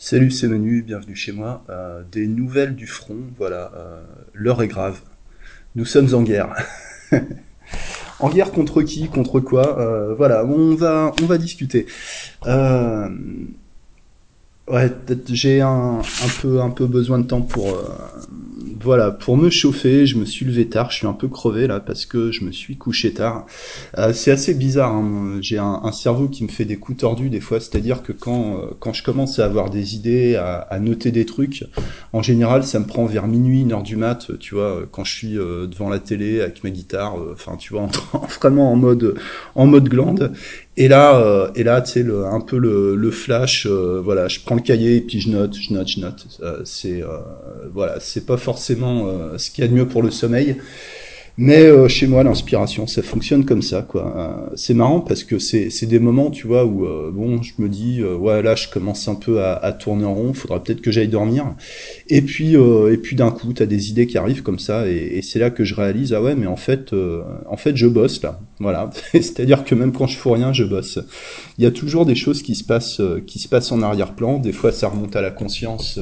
Salut, c'est Manu, bienvenue chez moi. Des nouvelles du front, voilà, l'heure est grave. Nous sommes en guerre. En guerre contre qui, contre quoi voilà, on va discuter. Euh, ouais, peut-être j'ai un peu besoin de temps pour, voilà, pour me chauffer. Je me suis levé tard, je suis un peu crevé là parce que je me suis couché tard. C'est assez bizarre, hein. J'ai un cerveau qui me fait des coups tordus des fois, c'est-à-dire que quand je commence à avoir des idées, à noter des trucs, en général ça me prend vers minuit, 1 heure du mat, tu vois, quand je suis devant la télé avec ma guitare, enfin tu vois, vraiment en mode glande. Et là, tu sais, un peu le flash, voilà, je prends le cahier et puis je note, je note, je note. Voilà, c'est pas forcément ce qu'il y a de mieux pour le sommeil. Mais chez moi, l'inspiration, ça fonctionne comme ça, quoi. C'est marrant parce que c'est des moments, tu vois, où bon, je me dis, ouais, là, je commence un peu à tourner en rond. Faudra peut-être que j'aille dormir. Et puis d'un coup, t'as des idées qui arrivent comme ça, et c'est là que je réalise, ah ouais, mais en fait, je bosse là. Voilà. C'est-à-dire que même quand je fous rien, je bosse. Il y a toujours des choses qui se passent en arrière-plan. Des fois, ça remonte à la conscience.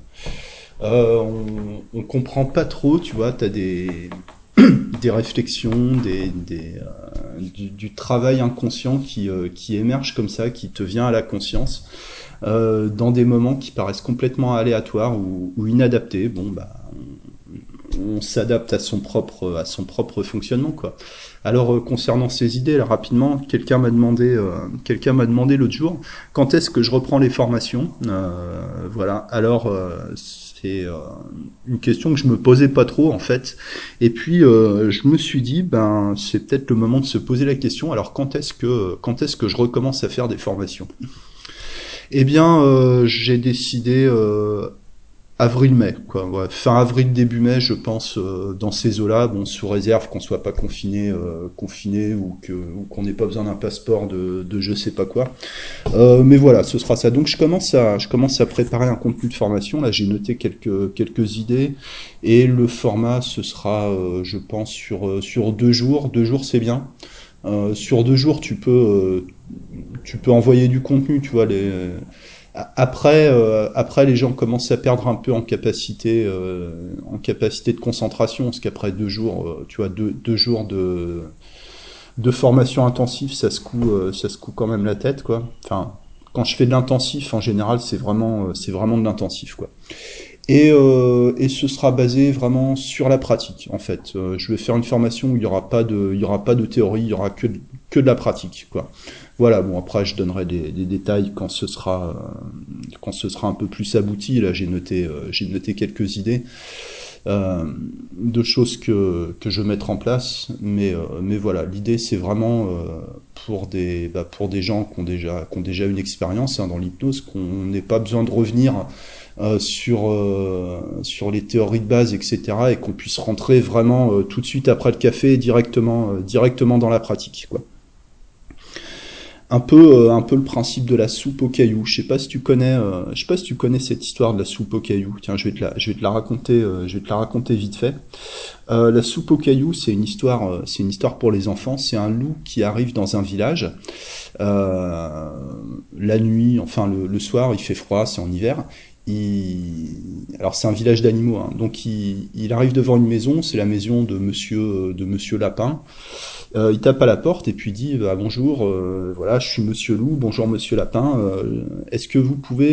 On comprend pas trop, tu vois. T'as des réflexions, du travail inconscient qui émerge comme ça, qui te vient à la conscience, dans des moments qui paraissent complètement aléatoires ou inadaptés. Bon, bah, on s'adapte à son propre fonctionnement, quoi. Alors, concernant ces idées, là, rapidement, quelqu'un m'a demandé l'autre jour quand est-ce que je reprends les formations. Voilà. Alors, c'est une question que je me posais pas trop en fait. Et puis, je me suis dit, ben, c'est peut-être le moment de se poser la question. Alors, quand est-ce que je recommence à faire des formations? Eh bien, j'ai décidé avril-mai, quoi. Ouais. Fin avril, début mai, je pense, dans ces eaux-là, bon, sous réserve qu'on soit pas confiné ou qu'on n'ait pas besoin d'un passeport de je sais pas quoi. Mais voilà, ce sera ça. Donc je commence à préparer un contenu de formation. Là, j'ai noté quelques idées et le format, ce sera, je pense, sur 2 jours. 2 jours, c'est bien. Sur 2 jours, tu peux envoyer du contenu, tu vois. Après, les gens commencent à perdre un peu en capacité de concentration, parce qu'après 2 jours, tu vois, deux jours de formation intensive, ça se coud quand même la tête, quoi. Enfin, quand je fais de l'intensif, en général, c'est vraiment de l'intensif, quoi. Et ce sera basé vraiment sur la pratique, en fait. Je vais faire une formation où il y aura pas de théorie, il y aura que de la pratique, quoi. Voilà. Bon, après, je donnerai des détails quand ce sera un peu plus abouti. Là, j'ai noté quelques idées de choses que je vais mettre en place. Mais voilà, l'idée, c'est vraiment pour des gens qui ont déjà une expérience, hein, dans l'hypnose, qu'on n'ait pas besoin de revenir sur les théories de base, etc., et qu'on puisse rentrer vraiment tout de suite après le café directement dans la pratique, quoi. Un peu le principe de la soupe aux cailloux. Je sais pas si tu connais cette histoire de la soupe aux cailloux. Tiens, je vais te la raconter, vite fait. La soupe aux cailloux, c'est une histoire pour les enfants. C'est un loup qui arrive dans un village la nuit, enfin le soir, il fait froid, c'est en hiver. Alors c'est un village d'animaux, hein. Donc il arrive devant une maison, c'est la maison de monsieur Lapin. Il tape à la porte et puis dit, bah, bonjour, voilà, je suis Monsieur Loup, bonjour Monsieur Lapin, est-ce que vous pouvez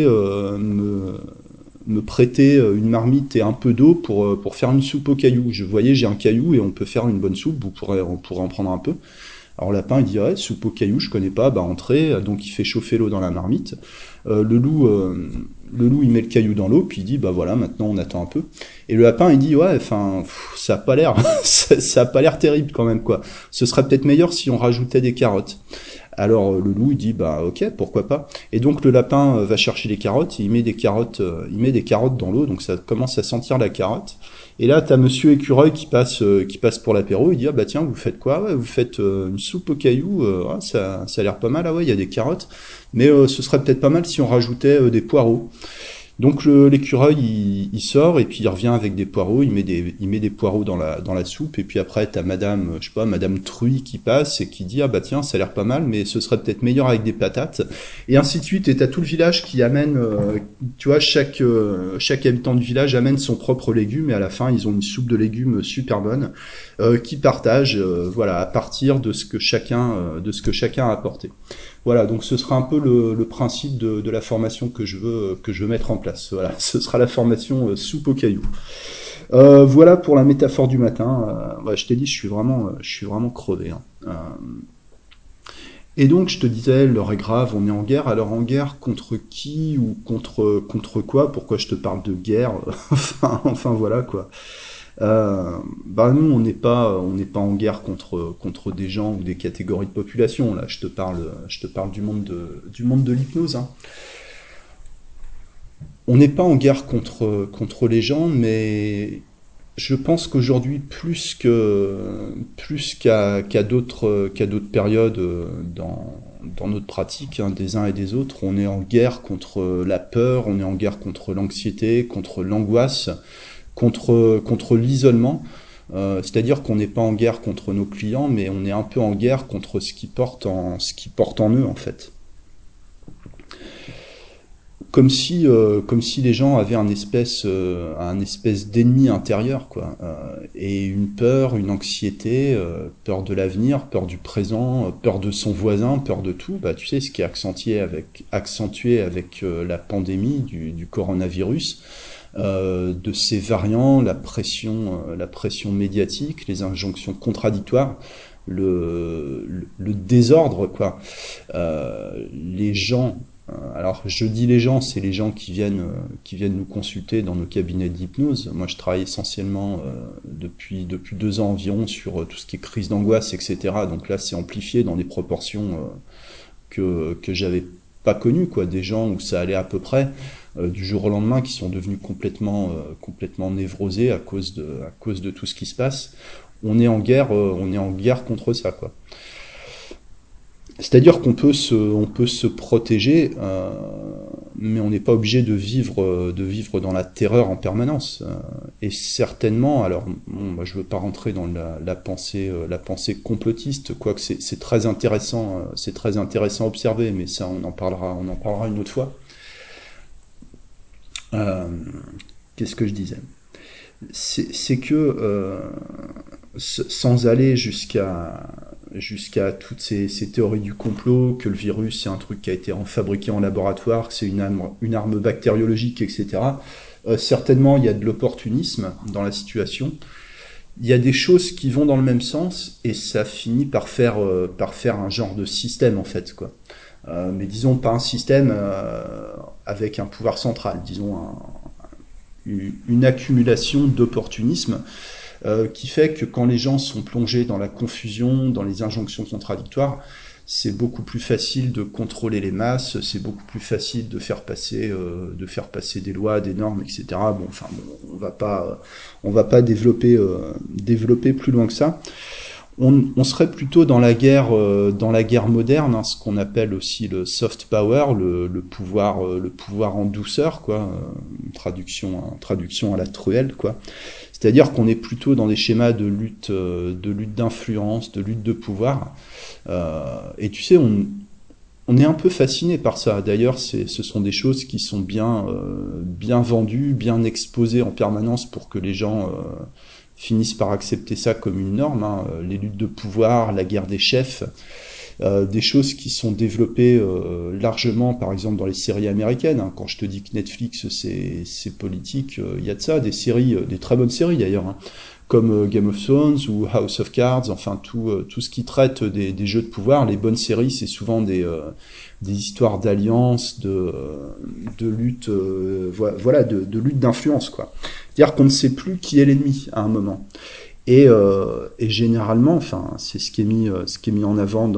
me prêter une marmite et un peu d'eau pour faire une soupe aux cailloux? Je voyais, j'ai un caillou et on peut faire une bonne soupe, on pourrait en prendre un peu. Alors Lapin il dit, ouais, soupe aux cailloux, je connais pas, bah entrez. Donc il fait chauffer l'eau dans la marmite. Le loup il met le caillou dans l'eau, puis il dit, bah voilà, maintenant on attend un peu. Et le lapin il dit, ouais, enfin, ça a pas l'air, ça a pas l'air terrible quand même, quoi. Ce serait peut-être meilleur si on rajoutait des carottes. Alors le loup il dit, bah ok, pourquoi pas. Et donc le lapin va chercher les carottes, et il met des carottes dans l'eau, donc ça commence à sentir la carotte. Et là, t'as Monsieur Écureuil qui passe pour l'apéro. Il dit, ah bah tiens, vous faites quoi? Ouais, vous faites une soupe aux cailloux. Ouais, ça a l'air pas mal. Ah ouais, il y a des carottes. Mais ce serait peut-être pas mal si on rajoutait des poireaux. Donc l'écureuil, il sort et puis il revient avec des poireaux, il met des poireaux dans la soupe et puis après t'as madame, je sais pas, madame Truie qui passe et qui dit ah bah tiens ça a l'air pas mal mais ce serait peut-être meilleur avec des patates et ainsi de suite et t'as tout le village qui amène, tu vois chaque habitant du village amène son propre légume et à la fin ils ont une soupe de légumes super bonne qui partagent voilà à partir de ce que chacun a apporté. Voilà, donc ce sera un peu le principe de la formation que je veux mettre en place. Voilà, ce sera la formation soupe aux cailloux. Voilà pour la métaphore du matin. Ouais, je t'ai dit, je suis vraiment crevé. Hein. Et donc, je te disais, l'heure est grave, on est en guerre. Alors, en guerre contre qui ou contre quoi? Pourquoi je te parle de guerre? Enfin, voilà quoi. Bah nous, on n'est pas en guerre contre des gens ou des catégories de population. Là, je te parle du monde de l'hypnose. Hein. On n'est pas en guerre contre les gens, mais je pense qu'aujourd'hui, plus qu'à d'autres périodes dans notre pratique hein, des uns et des autres, on est en guerre contre la peur, on est en guerre contre l'anxiété, contre l'angoisse, contre l'isolement. C'est-à-dire qu'on n'est pas en guerre contre nos clients, mais on est un peu en guerre contre ce qui porte en eux en fait. Comme si les gens avaient un espèce d'ennemi intérieur, quoi. Et une peur, une anxiété, peur de l'avenir, peur du présent, peur de son voisin, peur de tout. Bah, tu sais, ce qui est accentué avec la pandémie du coronavirus, de ces variants, la pression médiatique, les injonctions contradictoires, le désordre, quoi. Les gens, alors je dis les gens, c'est les gens qui viennent nous consulter dans nos cabinets d'hypnose. Moi, je travaille essentiellement depuis 2 ans environ sur tout ce qui est crise d'angoisse, etc. Donc là, c'est amplifié dans des proportions que j'avais pas connues, quoi. Des gens où ça allait à peu près du jour au lendemain qui sont devenus complètement névrosés à cause de tout ce qui se passe. On est en guerre contre ça, quoi. C'est-à-dire on peut se protéger, mais on n'est pas obligé de vivre dans la terreur en permanence. Et certainement, alors, bon, moi, je veux pas rentrer dans la pensée complotiste, quoique c'est très intéressant à observer, mais ça, on en parlera une autre fois. Euh, Qu'est-ce que je disais? C'est que sans aller jusqu'à toutes ces théories du complot, que le virus c'est un truc qui a été fabriqué en laboratoire, que c'est une arme bactériologique, etc. Certainement, il y a de l'opportunisme dans la situation. Il y a des choses qui vont dans le même sens et ça finit par faire un genre de système en fait, quoi. Mais disons pas un système avec un pouvoir central, disons une accumulation d'opportunisme qui fait que quand les gens sont plongés dans la confusion, dans les injonctions contradictoires, c'est beaucoup plus facile de contrôler les masses, c'est beaucoup plus facile de faire passer des lois, des normes, etc. Bon, enfin, bon, on va pas développer plus loin que ça. On serait plutôt dans la guerre moderne, hein, ce qu'on appelle aussi le soft power, le pouvoir en douceur, quoi, traduction à la truelle, quoi. C'est-à-dire qu'on est plutôt dans des schémas de lutte d'influence, de lutte de pouvoir. Et tu sais, on est un peu fasciné par ça. D'ailleurs, ce sont des choses qui sont bien vendues, bien exposées en permanence pour que les gens finissent par accepter ça comme une norme. Hein. Les luttes de pouvoir, la guerre des chefs, des choses qui sont développées largement, par exemple dans les séries américaines. Hein. Quand je te dis que Netflix c'est politique, il y a de ça, des séries, des très bonnes séries d'ailleurs, hein, comme Game of Thrones ou House of Cards, enfin tout ce qui traite des jeux de pouvoir. Les bonnes séries, c'est souvent des histoires d'alliance, de lutte, voilà, de lutte d'influence, quoi. C'est-à-dire qu'on ne sait plus qui est l'ennemi à un moment. Et généralement, enfin, c'est ce qui est mis en avant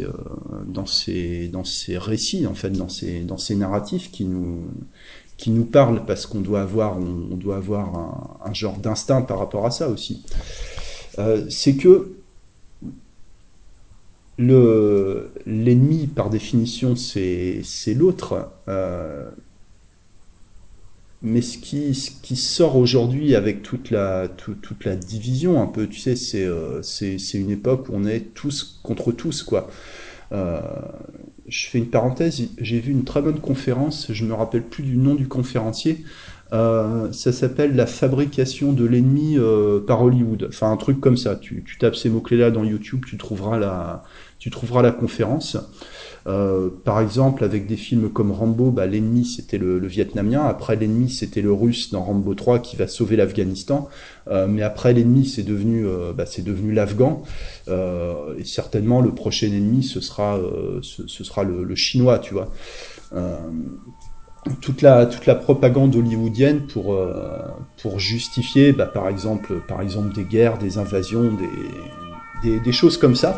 dans ces récits, en fait, dans ces narratifs qui nous parlent parce on doit avoir un genre d'instinct par rapport à ça aussi. C'est que l'ennemi, par définition, c'est l'autre. mais ce qui sort aujourd'hui avec toute la division un peu, tu sais, c'est une époque où on est tous contre tous, quoi. Euh, je fais une parenthèse, j'ai vu une très bonne conférence, je me rappelle plus du nom du conférencier. Ça s'appelle La fabrication de l'ennemi par Hollywood. Enfin, un truc comme ça. Tu tapes ces mots-clés-là dans YouTube, tu trouveras la conférence. Par exemple, avec des films comme Rambo, bah, l'ennemi c'était le Vietnamien, après l'ennemi c'était le Russe dans Rambo 3 qui va sauver l'Afghanistan, mais après l'ennemi c'est devenu l'Afghan, et certainement le prochain ennemi ce sera le Chinois, tu vois. Euh, toute la propagande hollywoodienne pour justifier, bah, par exemple des guerres, des invasions, des choses comme ça,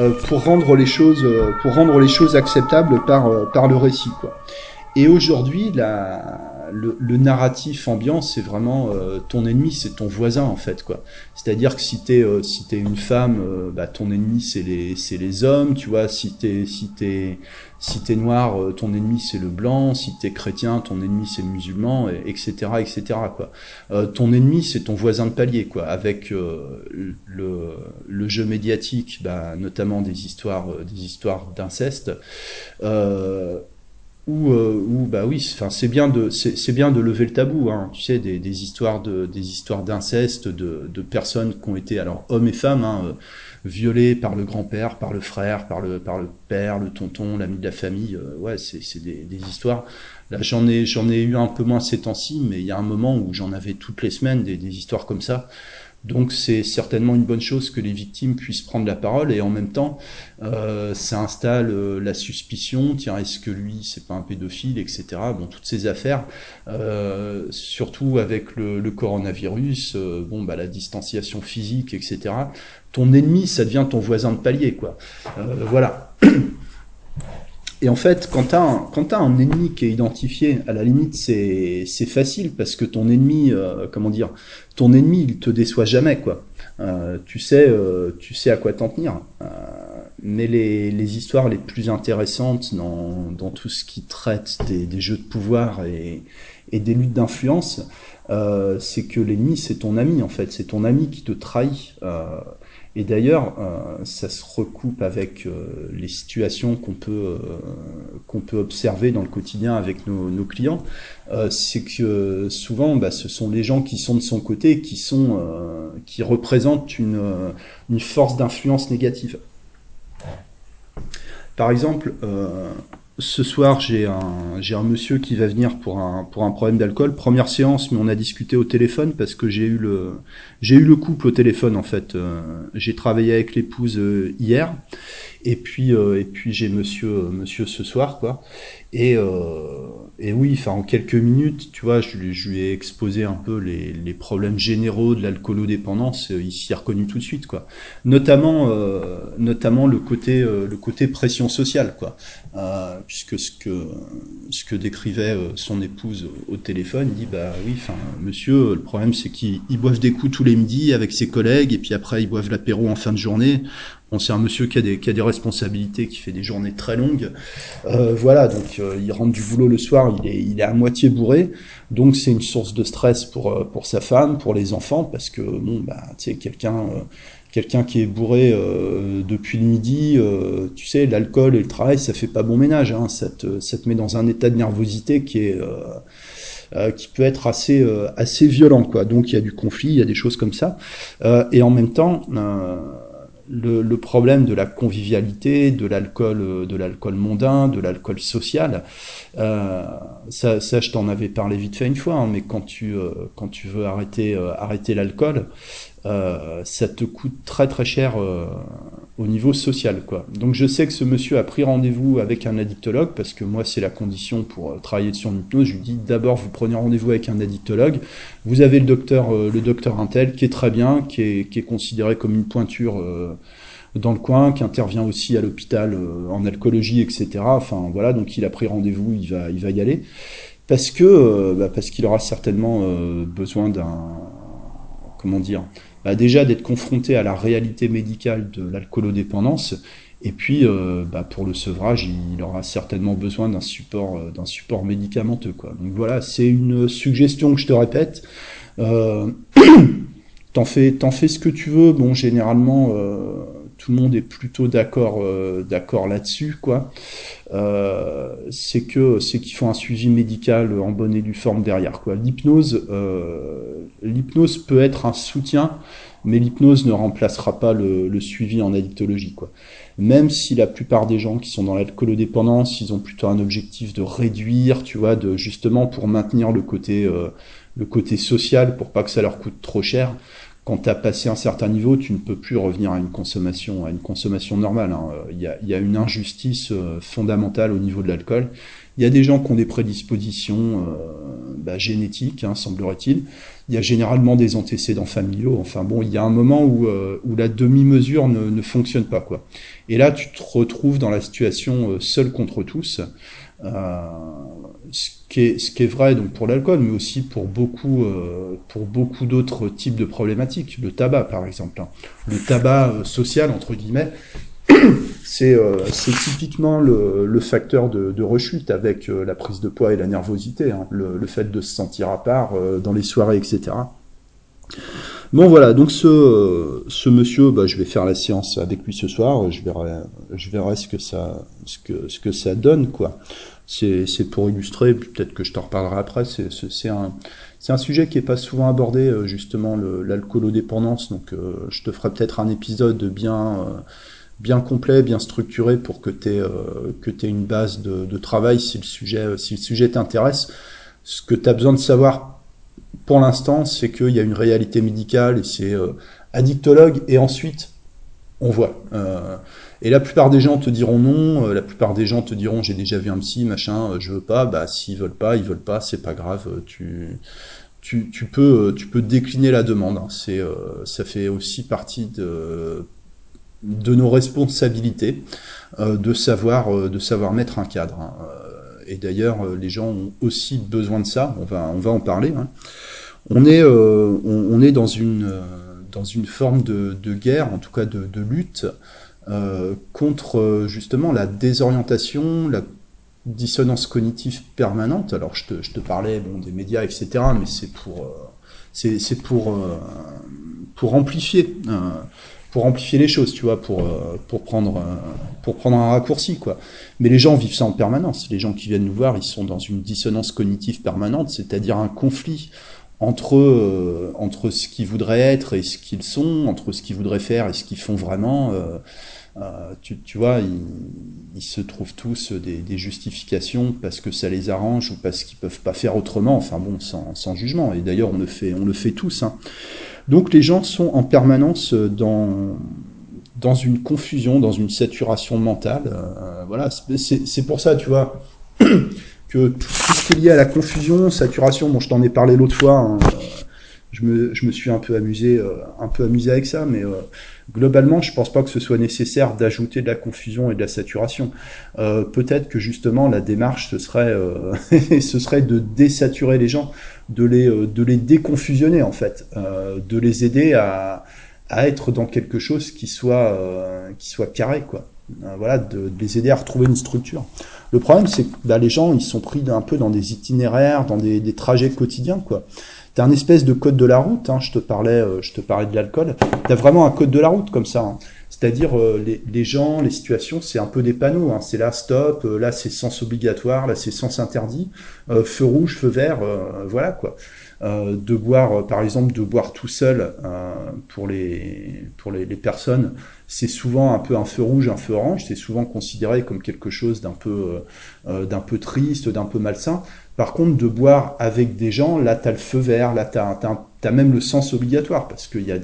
pour rendre les choses acceptables par le récit, quoi. Et aujourd'hui, le narratif ambiant, c'est vraiment ton ennemi, c'est ton voisin en fait, quoi. C'est-à-dire que si t'es une femme, bah, ton ennemi c'est les hommes, tu vois. Si t'es noir, ton ennemi c'est le blanc. Si t'es chrétien, ton ennemi c'est le musulman, etc., etc., quoi. Ton ennemi c'est ton voisin de palier, quoi. Avec le jeu médiatique, bah, notamment des histoires d'inceste. Euh, ou bah oui, enfin c'est bien de lever le tabou, hein, tu sais, des histoires d'inceste de personnes qui ont été, alors hommes et femmes, hein, violées par le grand-père, par le frère, par le père, le tonton, l'ami de la famille. Ouais, c'est des histoires. Là, j'en ai eu un peu moins ces temps-ci, mais il y a un moment où j'en avais toutes les semaines des histoires comme ça. Donc c'est certainement une bonne chose que les victimes puissent prendre la parole, et en même temps ça installe la suspicion, tiens, est-ce que lui c'est pas un pédophile, etc. Bon, toutes ces affaires, surtout avec le coronavirus, bon, bah, la distanciation physique, etc. Ton ennemi ça devient ton voisin de palier, quoi. Voilà. Et en fait, quand t'as un ennemi qui est identifié, à la limite, c'est facile parce que ton ennemi, comment dire, ton ennemi, il te déçoit jamais, quoi. Tu sais à quoi t'en tenir. Mais les histoires les plus intéressantes dans tout ce qui traite des jeux de pouvoir et des luttes d'influence, c'est que l'ennemi, c'est ton ami, en fait. C'est ton ami qui te trahit. Et d'ailleurs, ça se recoupe avec les situations qu'on peut observer dans le quotidien avec nos clients. C'est que souvent, bah, ce sont les gens qui sont de son côté qui représentent une force d'influence négative. Par exemple, ce soir, j'ai un monsieur qui va venir pour un problème d'alcool. Première séance, mais on a discuté au téléphone parce que j'ai eu le couple au téléphone, en fait. J'ai travaillé avec l'épouse hier. Et puis j'ai monsieur ce soir, quoi. Et, euh, et oui, enfin, en quelques minutes, tu vois, je lui ai exposé un peu les problèmes généraux de l'alcoolodépendance. Il s'y est reconnu tout de suite, quoi. Notamment le côté pression sociale, quoi. Puisque ce que décrivait son épouse au téléphone, il dit, bah oui, enfin, monsieur, le problème c'est qu'ils boivent des coups tous les midis avec ses collègues, et puis après ils boivent l'apéro en fin de journée. Bon, c'est un monsieur qui a des responsabilités, qui fait des journées très longues. Voilà, donc il rentre du boulot le soir, il est à moitié bourré. Donc c'est une source de stress pour sa femme, pour les enfants, parce que, bon, bah, tu sais, quelqu'un qui est bourré depuis le midi, tu sais, l'alcool et le travail, ça fait pas bon ménage. Hein, ça te met dans un état de nervosité qui peut être assez violent, quoi. Donc il y a du conflit, il y a des choses comme ça. Et en même temps, le problème de la convivialité, de l'alcool mondain, de l'alcool social, ça je t'en avais parlé vite fait une fois, hein, mais quand tu veux arrêter l'alcool, ça te coûte très très cher au niveau social, quoi. Donc je sais que ce monsieur a pris rendez-vous avec un addictologue, parce que moi c'est la condition pour travailler sur l'hypnose. Je lui dis d'abord vous prenez rendez-vous avec un addictologue, vous avez le docteur Intel qui est très bien, qui est considéré comme une pointure dans le coin, qui intervient aussi à l'hôpital en alcoolologie, etc. Enfin voilà, donc il a pris rendez-vous, il va y aller, parce qu'il aura certainement besoin d'un, comment dire, bah déjà d'être confronté à la réalité médicale de l'alcoolodépendance, Et puis, pour le sevrage, il aura certainement besoin d'un support médicamenteux, quoi. Donc voilà, c'est une suggestion que je te répète. Euh, t'en fais ce que tu veux. Bon, généralement, tout le monde est plutôt d'accord là-dessus, quoi. C'est qu'il faut un suivi médical en bonne et due forme derrière, quoi. L'hypnose peut être un soutien, mais l'hypnose ne remplacera pas le suivi en addictologie, quoi. Même si la plupart des gens qui sont dans l'alcoolodépendance, ils ont plutôt un objectif de réduire, tu vois, de justement pour maintenir le côté social, pour pas que ça leur coûte trop cher. Quand tu as passé un certain niveau, tu ne peux plus revenir à une consommation normale, hein. Il y a une injustice fondamentale au niveau de l'alcool. Il y a des gens qui ont des prédispositions génétiques, hein, semblerait-il. Il y a généralement des antécédents familiaux. Enfin bon, il y a un moment où la demi-mesure ne fonctionne pas, quoi. Et là, tu te retrouves dans la situation seul contre tous. Euh, ce qui est vrai donc pour l'alcool, mais aussi pour beaucoup d'autres types de problématiques. Le tabac, par exemple, hein. Le tabac social, entre guillemets, c'est typiquement le facteur de rechute avec la prise de poids et la nervosité, hein. Le fait de se sentir à part dans les soirées, etc. Bon voilà, donc ce monsieur, je vais faire la séance avec lui ce soir, je verrai ce que ça donne, quoi. C'est pour illustrer, puis peut-être que je t'en reparlerai après, c'est un sujet qui est pas souvent abordé, justement, l'alcoolodépendance, donc je te ferai peut-être un épisode bien complet, bien structuré pour que t'aies une base de travail si le sujet t'intéresse. Ce que tu as besoin de savoir pour l'instant, c'est qu'il y a une réalité médicale et c'est addictologue et ensuite on voit. Et la plupart des gens te diront non, la plupart des gens te diront j'ai déjà vu un psy, machin, je veux pas. Bah s'ils veulent pas, ils veulent pas, c'est pas grave. Tu peux décliner la demande, hein. Ça fait aussi partie de nos responsabilités de savoir mettre un cadre, hein. Et d'ailleurs, les gens ont aussi besoin de ça. On va en parler, hein. On est dans une forme de guerre, en tout cas de lutte, contre justement la désorientation, la dissonance cognitive permanente. Alors je te parlais bon, des médias, etc., mais c'est pour amplifier les choses, tu vois, pour prendre un raccourci, quoi. Mais les gens vivent ça en permanence. Les gens qui viennent nous voir, ils sont dans une dissonance cognitive permanente, c'est-à-dire un conflit entre ce qu'ils voudraient être et ce qu'ils sont, entre ce qu'ils voudraient faire et ce qu'ils font vraiment. Tu vois, ils se trouvent tous des justifications parce que ça les arrange ou parce qu'ils peuvent pas faire autrement. Enfin bon, sans jugement. Et d'ailleurs, on le fait tous, hein. Donc les gens sont en permanence dans une confusion, dans une saturation mentale. Voilà, c'est pour ça, tu vois, que tout ce qui est lié à la confusion, saturation, bon, je t'en ai parlé l'autre fois, hein, je me suis un peu amusé avec ça, mais globalement, je pense pas que ce soit nécessaire d'ajouter de la confusion et de la saturation. Peut-être que justement, la démarche, ce serait de désaturer les gens, de les déconfusionner, en fait, de les aider à être dans quelque chose qui soit carré, quoi. Voilà, de les aider à retrouver une structure. Le problème, c'est que les gens, ils sont pris un peu dans des itinéraires, dans des trajets quotidiens, quoi. T'as un espèce de code de la route, hein, je te parlais de l'alcool. T'as vraiment un code de la route comme ça, hein. C'est-à-dire les gens, les situations, c'est un peu des panneaux, hein. C'est là stop, là c'est sens obligatoire, là c'est sens interdit, feu rouge, feu vert, voilà, quoi. De boire, par exemple, de boire tout seul pour les personnes, c'est souvent un peu un feu rouge, un feu orange. C'est souvent considéré comme quelque chose d'un peu triste, d'un peu malsain. Par contre, de boire avec des gens, là, t'as le feu vert, là, t'as même le sens obligatoire, parce qu'il y a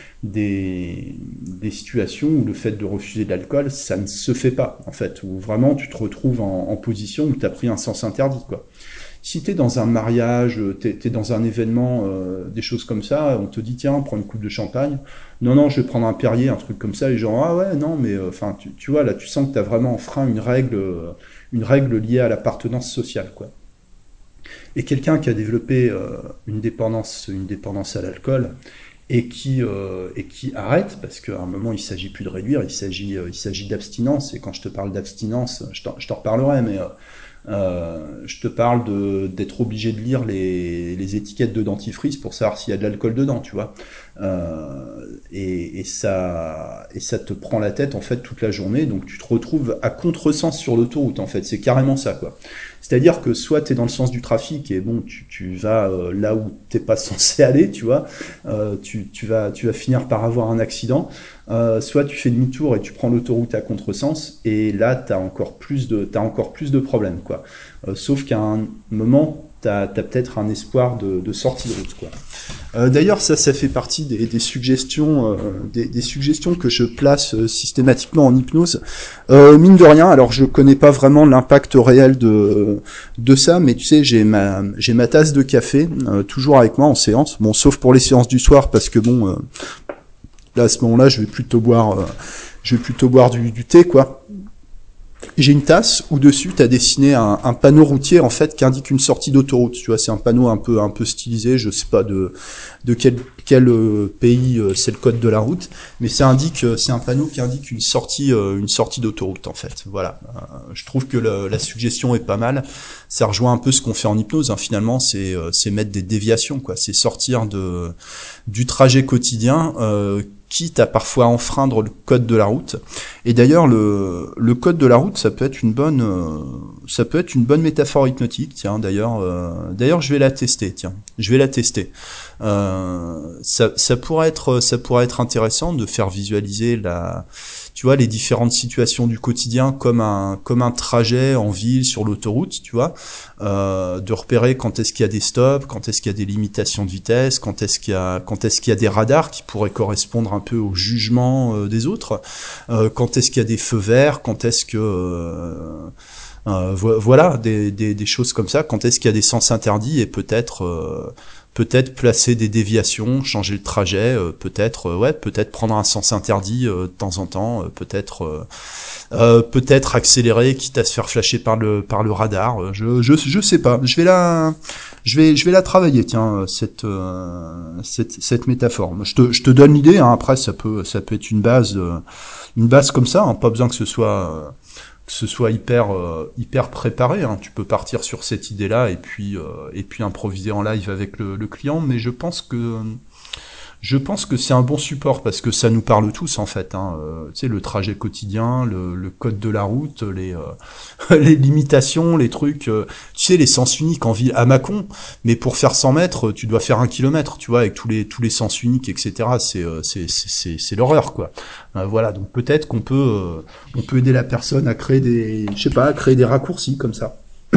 des situations où le fait de refuser de l'alcool, ça ne se fait pas, en fait, où vraiment tu te retrouves en position où t'as pris un sens interdit, quoi. Si t'es dans un mariage, t'es dans un événement, des choses comme ça, on te dit tiens, prends une coupe de champagne. Non, non, je vais prendre un Perrier, un truc comme ça. Les gens ah ouais, non, mais enfin, tu vois là, tu sens que t'as vraiment enfreint une règle liée à l'appartenance sociale, quoi. Et quelqu'un qui a développé une dépendance à l'alcool et qui arrête, parce qu'à un moment il s'agit plus de réduire, il s'agit d'abstinence. Et quand je te parle d'abstinence, je t'en reparlerai, mais je te parle d'être obligé de lire les étiquettes de dentifrice pour savoir s'il y a de l'alcool dedans, tu vois. Et ça te prend la tête en fait toute la journée, donc tu te retrouves à contresens sur l'autoroute en fait, c'est carrément ça quoi. C'est-à-dire que soit tu es dans le sens du trafic et bon, tu vas là où t'es pas censé aller, tu vois, tu vas finir par avoir un accident, soit tu fais demi-tour et tu prends l'autoroute à contresens, et là t'as encore plus de problèmes, quoi. Sauf qu'à un moment, t'as peut-être un espoir de sortie de route, quoi. D'ailleurs, ça fait partie des suggestions, des suggestions que je place systématiquement en hypnose. Mine de rien, alors je connais pas vraiment l'impact réel de ça, mais tu sais, j'ai ma tasse de café toujours avec moi en séance. Bon, sauf pour les séances du soir, parce que bon, là à ce moment-là, je vais plutôt boire du thé, quoi. J'ai une tasse où dessus t'as dessiné un panneau routier en fait qui indique une sortie d'autoroute. Tu vois, c'est un panneau un peu stylisé. Je sais pas de quel pays c'est le code de la route, mais c'est un panneau qui indique une sortie d'autoroute en fait. Voilà. Je trouve que la suggestion est pas mal. Ça rejoint un peu ce qu'on fait en hypnose. Hein. Finalement, c'est mettre des déviations quoi. C'est sortir du trajet quotidien. Quitte à parfois enfreindre le code de la route. Et d'ailleurs, le code de la route, ça peut être une bonne métaphore hypnotique. Tiens, d'ailleurs, je vais la tester. Tiens, je vais la tester. Ça pourrait être intéressant de faire visualiser tu vois, les différentes situations du quotidien comme un trajet en ville sur l'autoroute, tu vois, de repérer quand est-ce qu'il y a des stops, quand est-ce qu'il y a des limitations de vitesse, quand est-ce qu'il y a des radars qui pourraient correspondre un peu au jugement des autres, quand est-ce qu'il y a des feux verts, quand est-ce que voilà, des choses comme ça. Quand est-ce qu'il y a des sens interdits et peut-être placer des déviations, changer le trajet, peut-être prendre un sens interdit de temps en temps, peut-être accélérer quitte à se faire flasher par le radar. Je sais pas. Je vais la travailler. Tiens, cette métaphore. Je te donne l'idée. Hein, après, ça peut être une base comme ça. Hein, pas besoin que ce soit hyper préparé. Hein. Tu peux partir sur cette idée-là et puis improviser en live avec le client. Mais je pense que c'est un bon support parce que ça nous parle tous en fait. Hein. Tu sais, le trajet quotidien, le code de la route, les limitations, les trucs. Tu sais, les sens uniques en ville à Mâcon. Mais pour faire 100 mètres, tu dois faire 1 kilomètre. Tu vois, avec tous les sens uniques, etc. C'est l'horreur quoi. Voilà. Donc peut-être on peut aider la personne à créer je sais pas, à créer des raccourcis comme ça.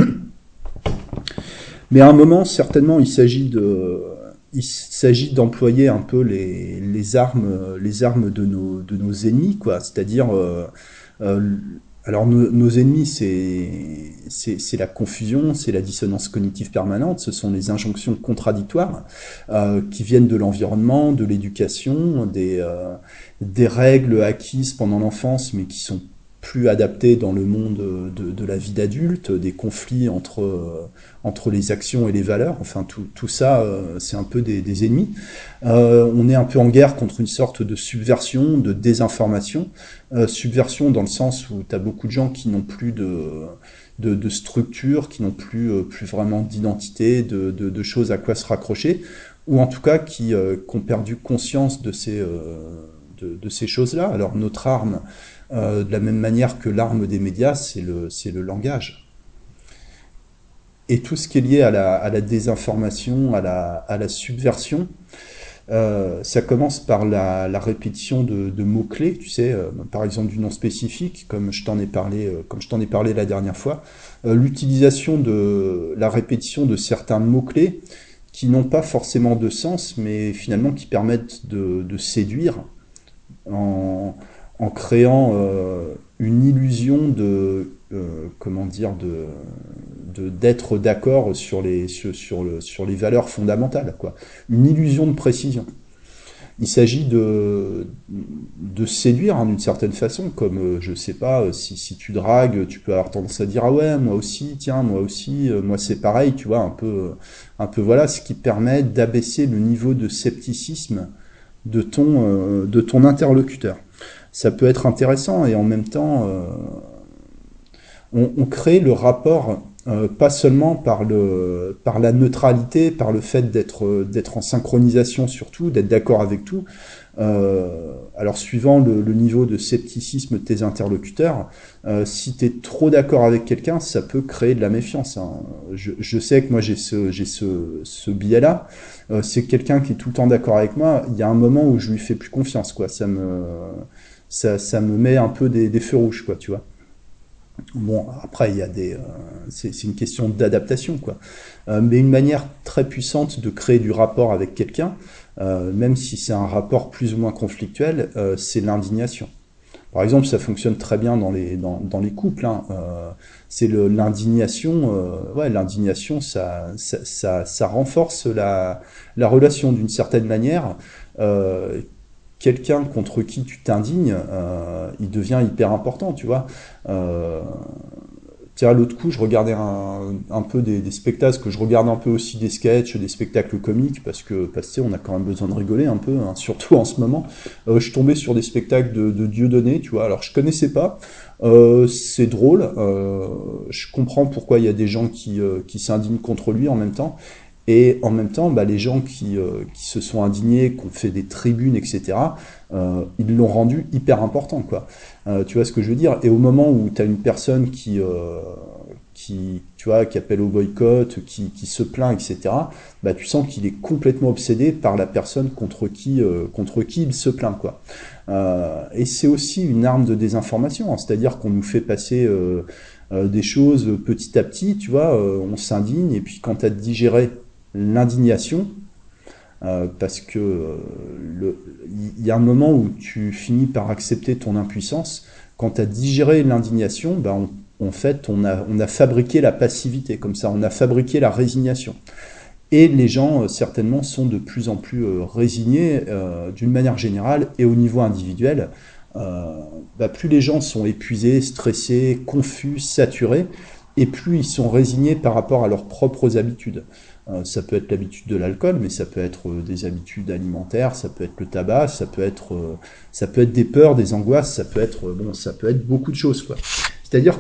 Mais à un moment, certainement, il s'agit d'employer un peu les armes de nos ennemis, quoi. C'est-à-dire, euh, alors nos ennemis, c'est la confusion, c'est la dissonance cognitive permanente, ce sont les injonctions contradictoires qui viennent de l'environnement, de l'éducation, des règles acquises pendant l'enfance, mais qui sont plus adaptées dans le monde de la vie d'adulte, des conflits entre les actions et les valeurs. Enfin, tout ça, c'est un peu des ennemis. On est un peu en guerre contre une sorte de subversion, de désinformation. Subversion dans le sens où tu as beaucoup de gens qui n'ont plus de structure, qui n'ont plus vraiment d'identité, de choses à quoi se raccrocher, ou en tout cas qui ont perdu conscience de ces choses-là. Alors notre arme, de la même manière que l'arme des médias, c'est le langage. Et tout ce qui est lié à la désinformation, à la subversion, ça commence par la répétition de mots-clés, tu sais, par exemple du nom spécifique, comme je t'en ai parlé la dernière fois, l'utilisation de la répétition de certains mots-clés qui n'ont pas forcément de sens, mais finalement qui permettent de séduire en, en créant une illusion comment dire, d'être d'accord sur les valeurs fondamentales, quoi. Une illusion de précision. Il s'agit de séduire hein, d'une certaine façon, comme je sais pas, si tu dragues, tu peux avoir tendance à dire ah ouais, moi aussi, tiens, moi aussi, moi c'est pareil, tu vois, un peu voilà, ce qui permet d'abaisser le niveau de scepticisme de ton interlocuteur. Ça peut être intéressant et en même temps, on crée le rapport pas seulement par la neutralité, par le fait d'être en synchronisation sur tout, d'être d'accord avec tout. Alors suivant le niveau de scepticisme de tes interlocuteurs, si tu es trop d'accord avec quelqu'un, ça peut créer de la méfiance, hein. Je sais que moi ce biais-là. C'est quelqu'un qui est tout le temps d'accord avec moi. Il y a un moment où je lui fais plus confiance, quoi. Ça me met un peu des feux rouges, quoi, tu vois. Bon, après, il y a c'est une question d'adaptation, quoi. Mais une manière très puissante de créer du rapport avec quelqu'un, même si c'est un rapport plus ou moins conflictuel, c'est l'indignation. Par exemple, ça fonctionne très bien dans les couples, hein. C'est l'indignation. Ouais, l'indignation, ça renforce la relation d'une certaine manière. Euh, Quelqu'un contre qui tu t'indignes, il devient hyper important, tu vois. Euh, Tiens, l'autre coup, je regardais un peu des spectacles, que je regarde un peu aussi des sketchs, des spectacles comiques, parce que tu sais, on a quand même besoin de rigoler un peu, hein, surtout en ce moment. Je tombais sur des spectacles de Dieudonné, tu vois. Alors, je connaissais pas. C'est drôle. Je comprends pourquoi il y a des gens qui s'indignent contre lui en même temps. Et en même temps, bah, les gens qui se sont indignés, qui ont fait des tribunes, etc., ils l'ont rendu hyper important, quoi. Tu vois ce que je veux dire? Et au moment où tu as une personne tu vois, qui appelle au boycott, qui se plaint, etc., bah, tu sens qu'il est complètement obsédé par la personne contre qui il se plaint, quoi. Et c'est aussi une arme de désinformation, hein. C'est-à-dire qu'on nous fait passer des choses petit à petit, tu vois, on s'indigne, et puis quand tu as digéré l'indignation, parce que il y a un moment où tu finis par accepter ton impuissance. Quand tu as digéré l'indignation, ben en fait, on a fabriqué la passivité, comme ça, on a fabriqué la résignation. Et les gens, certainement, sont de plus en plus résignés d'une manière générale et au niveau individuel. Bah, plus les gens sont épuisés, stressés, confus, saturés, et plus ils sont résignés par rapport à leurs propres habitudes. Ça peut être l'habitude de l'alcool, mais ça peut être des habitudes alimentaires, ça peut être le tabac, ça peut être des peurs, des angoisses, ça peut être bon, ça peut être beaucoup de choses, quoi. C'est-à-dire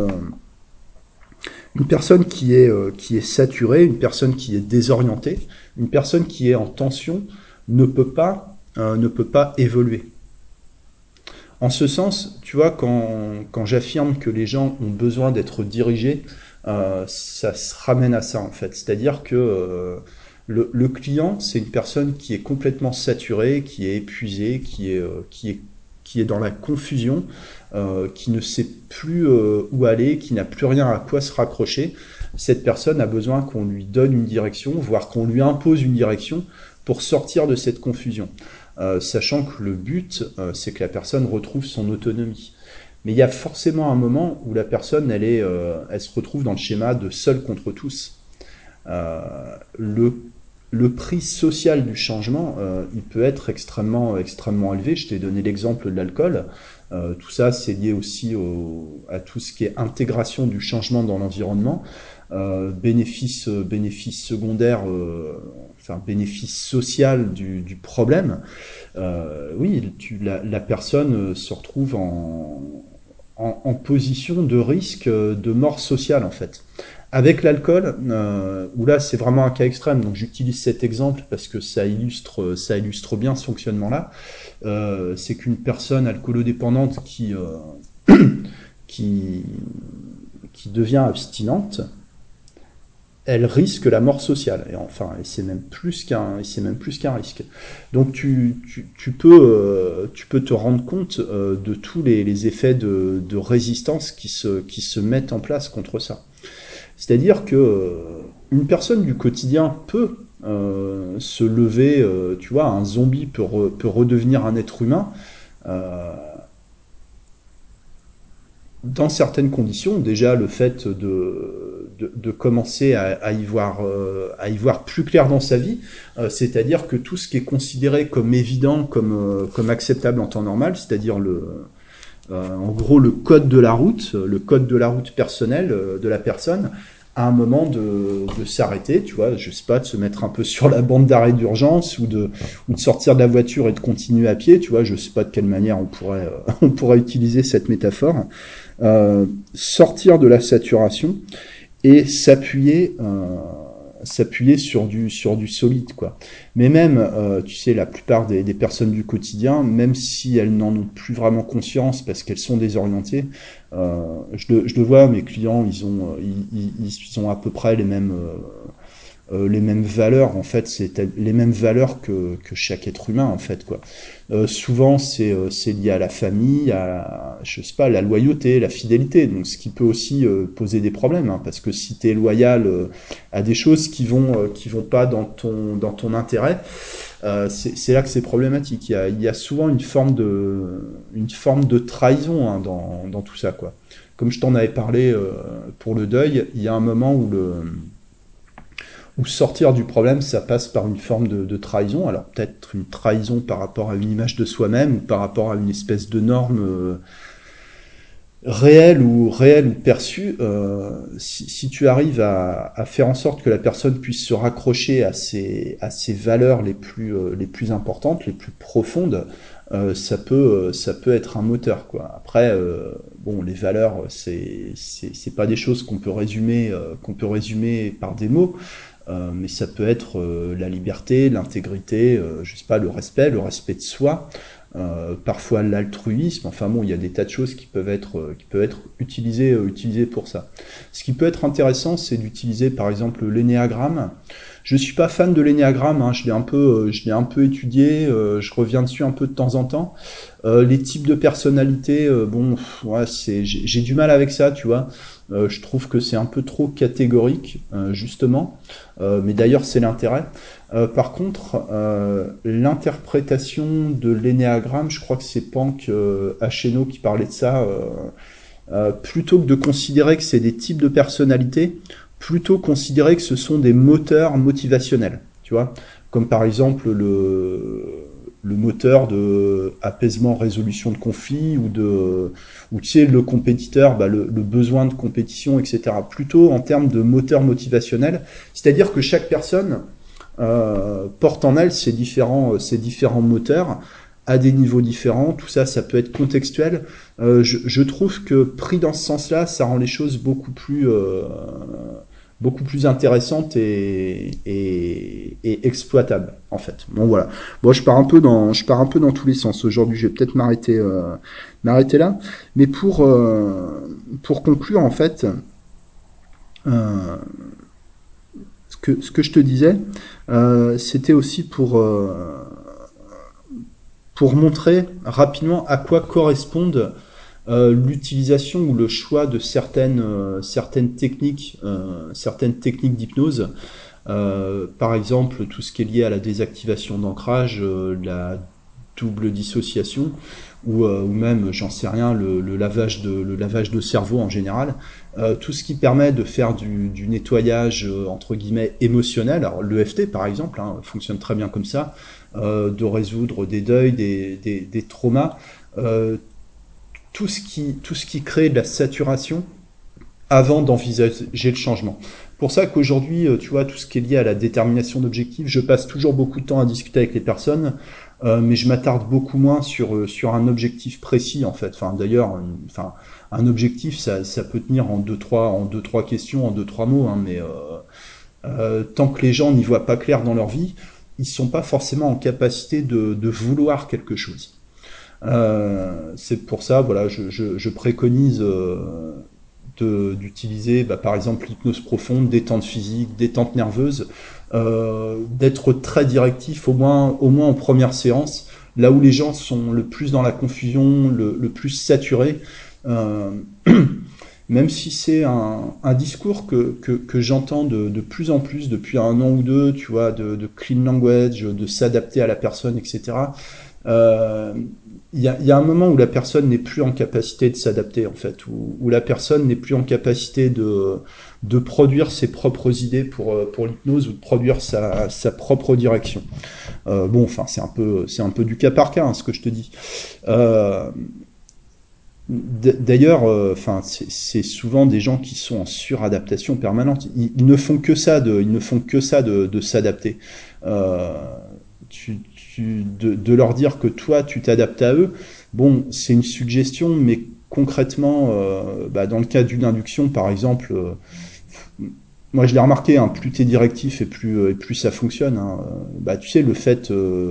une personne qui est saturée, une personne qui est désorientée, une personne qui est en tension ne peut pas évoluer. En ce sens, tu vois, quand j'affirme que les gens ont besoin d'être dirigés, ça se ramène à ça en fait. C'est-à-dire que le client, c'est une personne qui est complètement saturée, qui est épuisée, qui est dans la confusion, qui ne sait plus où aller, qui n'a plus rien à quoi se raccrocher. Cette personne a besoin qu'on lui donne une direction, voire qu'on lui impose une direction pour sortir de cette confusion. Sachant que le but, c'est que la personne retrouve son autonomie. Mais il y a forcément un moment où la personne, elle se retrouve dans le schéma de seul contre tous. Euh, le, le prix social du changement, il peut être extrêmement élevé. Je t'ai donné l'exemple de l'alcool. Tout ça, c'est lié aussi à tout ce qui est intégration du changement dans l'environnement. Bénéfice secondaire, enfin bénéfice social du problème. Oui, la personne se retrouve en position de risque de mort sociale en fait. Avec l'alcool, où là c'est vraiment un cas extrême, donc j'utilise cet exemple parce que ça illustre bien ce fonctionnement-là. C'est qu'une personne alcoolodépendante qui, qui devient abstinente, elle risque la mort sociale. Et enfin, et c'est même plus qu'un risque. Donc tu peux te rendre compte de tous les effets de résistance qui se mettent en place contre ça. C'est-à-dire que une personne du quotidien peut se lever, tu vois, un zombie peut redevenir un être humain dans certaines conditions. Déjà, le fait de commencer à y voir plus clair dans sa vie, c'est-à-dire que tout ce qui est considéré comme évident, comme acceptable en temps normal, c'est-à-dire en gros le code de la route personnel de la personne, à un moment de s'arrêter, tu vois, je sais pas, de se mettre un peu sur la bande d'arrêt d'urgence ou de sortir de la voiture et de continuer à pied, tu vois, je sais pas de quelle manière on pourrait utiliser cette métaphore, sortir de la saturation et s'appuyer sur du solide, quoi. Mais même, tu sais, la plupart des personnes du quotidien, même si elles n'en ont plus vraiment conscience parce qu'elles sont désorientées, je le vois, mes clients, ils ont à peu près les mêmes valeurs, en fait, c'est les mêmes valeurs que chaque être humain, en fait, quoi. Souvent, c'est lié à la famille, à, je sais pas, la loyauté, la fidélité, donc ce qui peut aussi poser des problèmes, hein, parce que si tu es loyal à des choses qui vont pas dans ton intérêt, c'est là que c'est problématique. Il y a souvent une forme de trahison, hein, dans tout ça, quoi. Comme je t'en avais parlé pour le deuil, il y a un moment où sortir du problème, ça passe par une forme de trahison. Alors peut-être une trahison par rapport à une image de soi-même ou par rapport à une espèce de norme réelle ou perçue. Si tu arrives à faire en sorte que la personne puisse se raccrocher à ses valeurs les plus importantes, les plus profondes, ça peut être un moteur, quoi. Après, bon, les valeurs, c'est pas des choses qu'on peut résumer par des mots. Mais ça peut être la liberté, l'intégrité, je sais pas, le respect de soi, parfois l'altruisme. Enfin bon, il y a des tas de choses qui peuvent être utilisées pour ça. Ce qui peut être intéressant, c'est d'utiliser par exemple l'énéagramme. Je suis pas fan de l'énéagramme, hein, je l'ai un peu étudié, je reviens dessus un peu de temps en temps. Les types de personnalités, bon, ouais, j'ai du mal avec ça, tu vois. Je trouve que c'est un peu trop catégorique, justement. Mais d'ailleurs, c'est l'intérêt. Par contre, l'interprétation de l'énéagramme, je crois que c'est Pank Hacheno qui parlait de ça. Plutôt que de considérer que c'est des types de personnalités, plutôt considérer que ce sont des moteurs motivationnels, tu vois, comme par exemple le moteur de apaisement, résolution de conflits ou tu sais le compétiteur, bah, le besoin de compétition, etc. Plutôt en termes de moteur motivationnel, c'est-à-dire que chaque personne porte en elle ces différents moteurs à des niveaux différents. Tout ça, ça peut être contextuel. Je trouve que pris dans ce sens-là, ça rend les choses beaucoup plus intéressantes et exploitables, en fait. Bon, voilà. Bon, je pars un peu dans tous les sens. Aujourd'hui, je vais peut-être m'arrêter là. Mais pour conclure, en fait, euh, ce que je te disais, c'était aussi pour montrer rapidement à quoi correspondent l'utilisation ou le choix de certaines techniques d'hypnose. Par exemple, tout ce qui est lié à la désactivation d'ancrage, la double dissociation, ou même, j'en sais rien, le lavage de cerveau en général. Tout ce qui permet de faire du nettoyage, entre guillemets, émotionnel. Alors, l'EFT, par exemple, hein, fonctionne très bien comme ça, de résoudre des deuils, des traumas. Euh, tout ce qui crée de la saturation avant d'envisager le changement. Pour ça qu'aujourd'hui, tu vois, tout ce qui est lié à la détermination d'objectifs, je passe toujours beaucoup de temps à discuter avec les personnes, mais je m'attarde beaucoup moins sur un objectif précis, en fait. Enfin, d'ailleurs, un objectif, ça peut tenir en deux, trois questions, en deux, trois mots, hein, mais tant que les gens n'y voient pas clair dans leur vie, ils sont pas forcément en capacité de vouloir quelque chose. C'est pour ça, voilà, je préconise d'utiliser, bah, par exemple, l'hypnose profonde, détente physique, détente nerveuse, d'être très directif, au moins en première séance, là où les gens sont le plus dans la confusion, le plus saturés. Euh, Même si c'est un discours que j'entends de plus en plus depuis un an ou deux, tu vois, de clean language, de s'adapter à la personne, etc. Euh, il y a un moment où la personne n'est plus en capacité de s'adapter, en fait, où la personne n'est plus en capacité de produire ses propres idées pour l'hypnose ou de produire sa propre direction. Bon, enfin, c'est un peu du cas par cas, hein, ce que je te dis. Euh, D'ailleurs, enfin, c'est souvent des gens qui sont en suradaptation permanente. Ils ne font que ça ils ne font que ça de s'adapter. Euh, de leur dire que toi, tu t'adaptes à eux. Bon, c'est une suggestion, mais concrètement, bah, dans le cas d'une induction, par exemple, moi je l'ai remarqué, hein, plus t'es directif et plus ça fonctionne. Hein. Bah, tu sais, le fait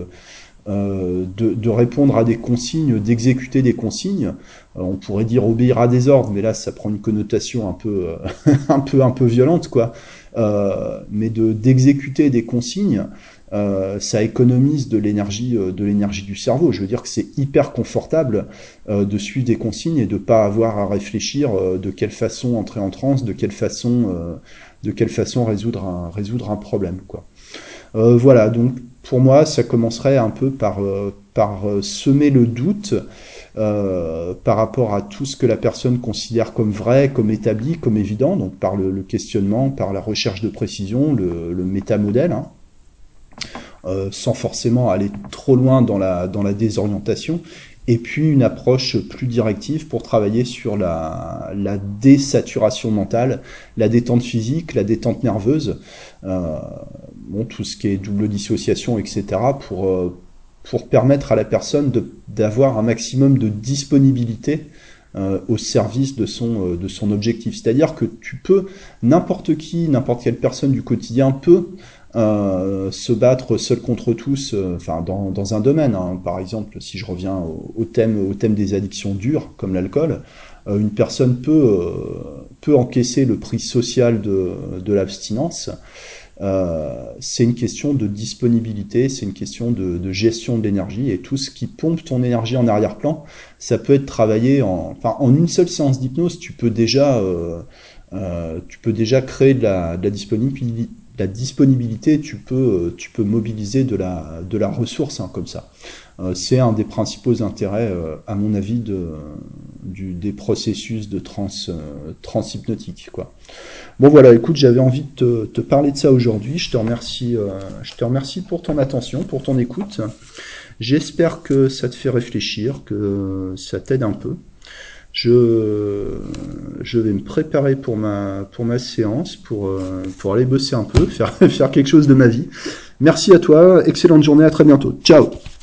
de répondre à des consignes, d'exécuter des consignes. On pourrait dire obéir à des ordres, mais là ça prend une connotation un peu, un peu violente, quoi. Mais d'exécuter des consignes, ça économise de l'énergie du cerveau. Je veux dire que c'est hyper confortable de suivre des consignes et de pas avoir à réfléchir de quelle façon entrer en transe, de quelle façon résoudre un problème, quoi. Voilà, donc pour moi, ça commencerait un peu par semer le doute par rapport à tout ce que la personne considère comme vrai, comme établi, comme évident, donc par le questionnement, par la recherche de précision, le métamodèle, hein, sans forcément aller trop loin dans la désorientation, et puis une approche plus directive pour travailler sur la désaturation mentale, la détente physique, la détente nerveuse, euh, bon, tout ce qui est double dissociation, etc., pour permettre à la personne d'avoir un maximum de disponibilité au service de son objectif. C'est-à-dire que tu peux, n'importe qui, n'importe quelle personne du quotidien peut se battre seul contre tous, enfin dans un domaine. Hein. Par exemple, si je reviens au thème des addictions dures, comme l'alcool, une personne peut encaisser le prix social de l'abstinence. C'est une question de disponibilité, c'est une question de gestion de l'énergie, et tout ce qui pompe ton énergie en arrière-plan, ça peut être travaillé en une seule séance d'hypnose, tu peux déjà créer de la disponibilité, tu peux mobiliser de la ressource, hein, comme ça. C'est un des principaux intérêts, à mon avis, des processus de transhypnotique, quoi. Bon voilà, écoute, j'avais envie de te parler de ça aujourd'hui. Je te remercie pour ton attention, pour ton écoute. J'espère que ça te fait réfléchir, que ça t'aide un peu. Je vais me préparer pour ma séance, pour aller bosser un peu, faire quelque chose de ma vie. Merci à toi, excellente journée, à très bientôt. Ciao!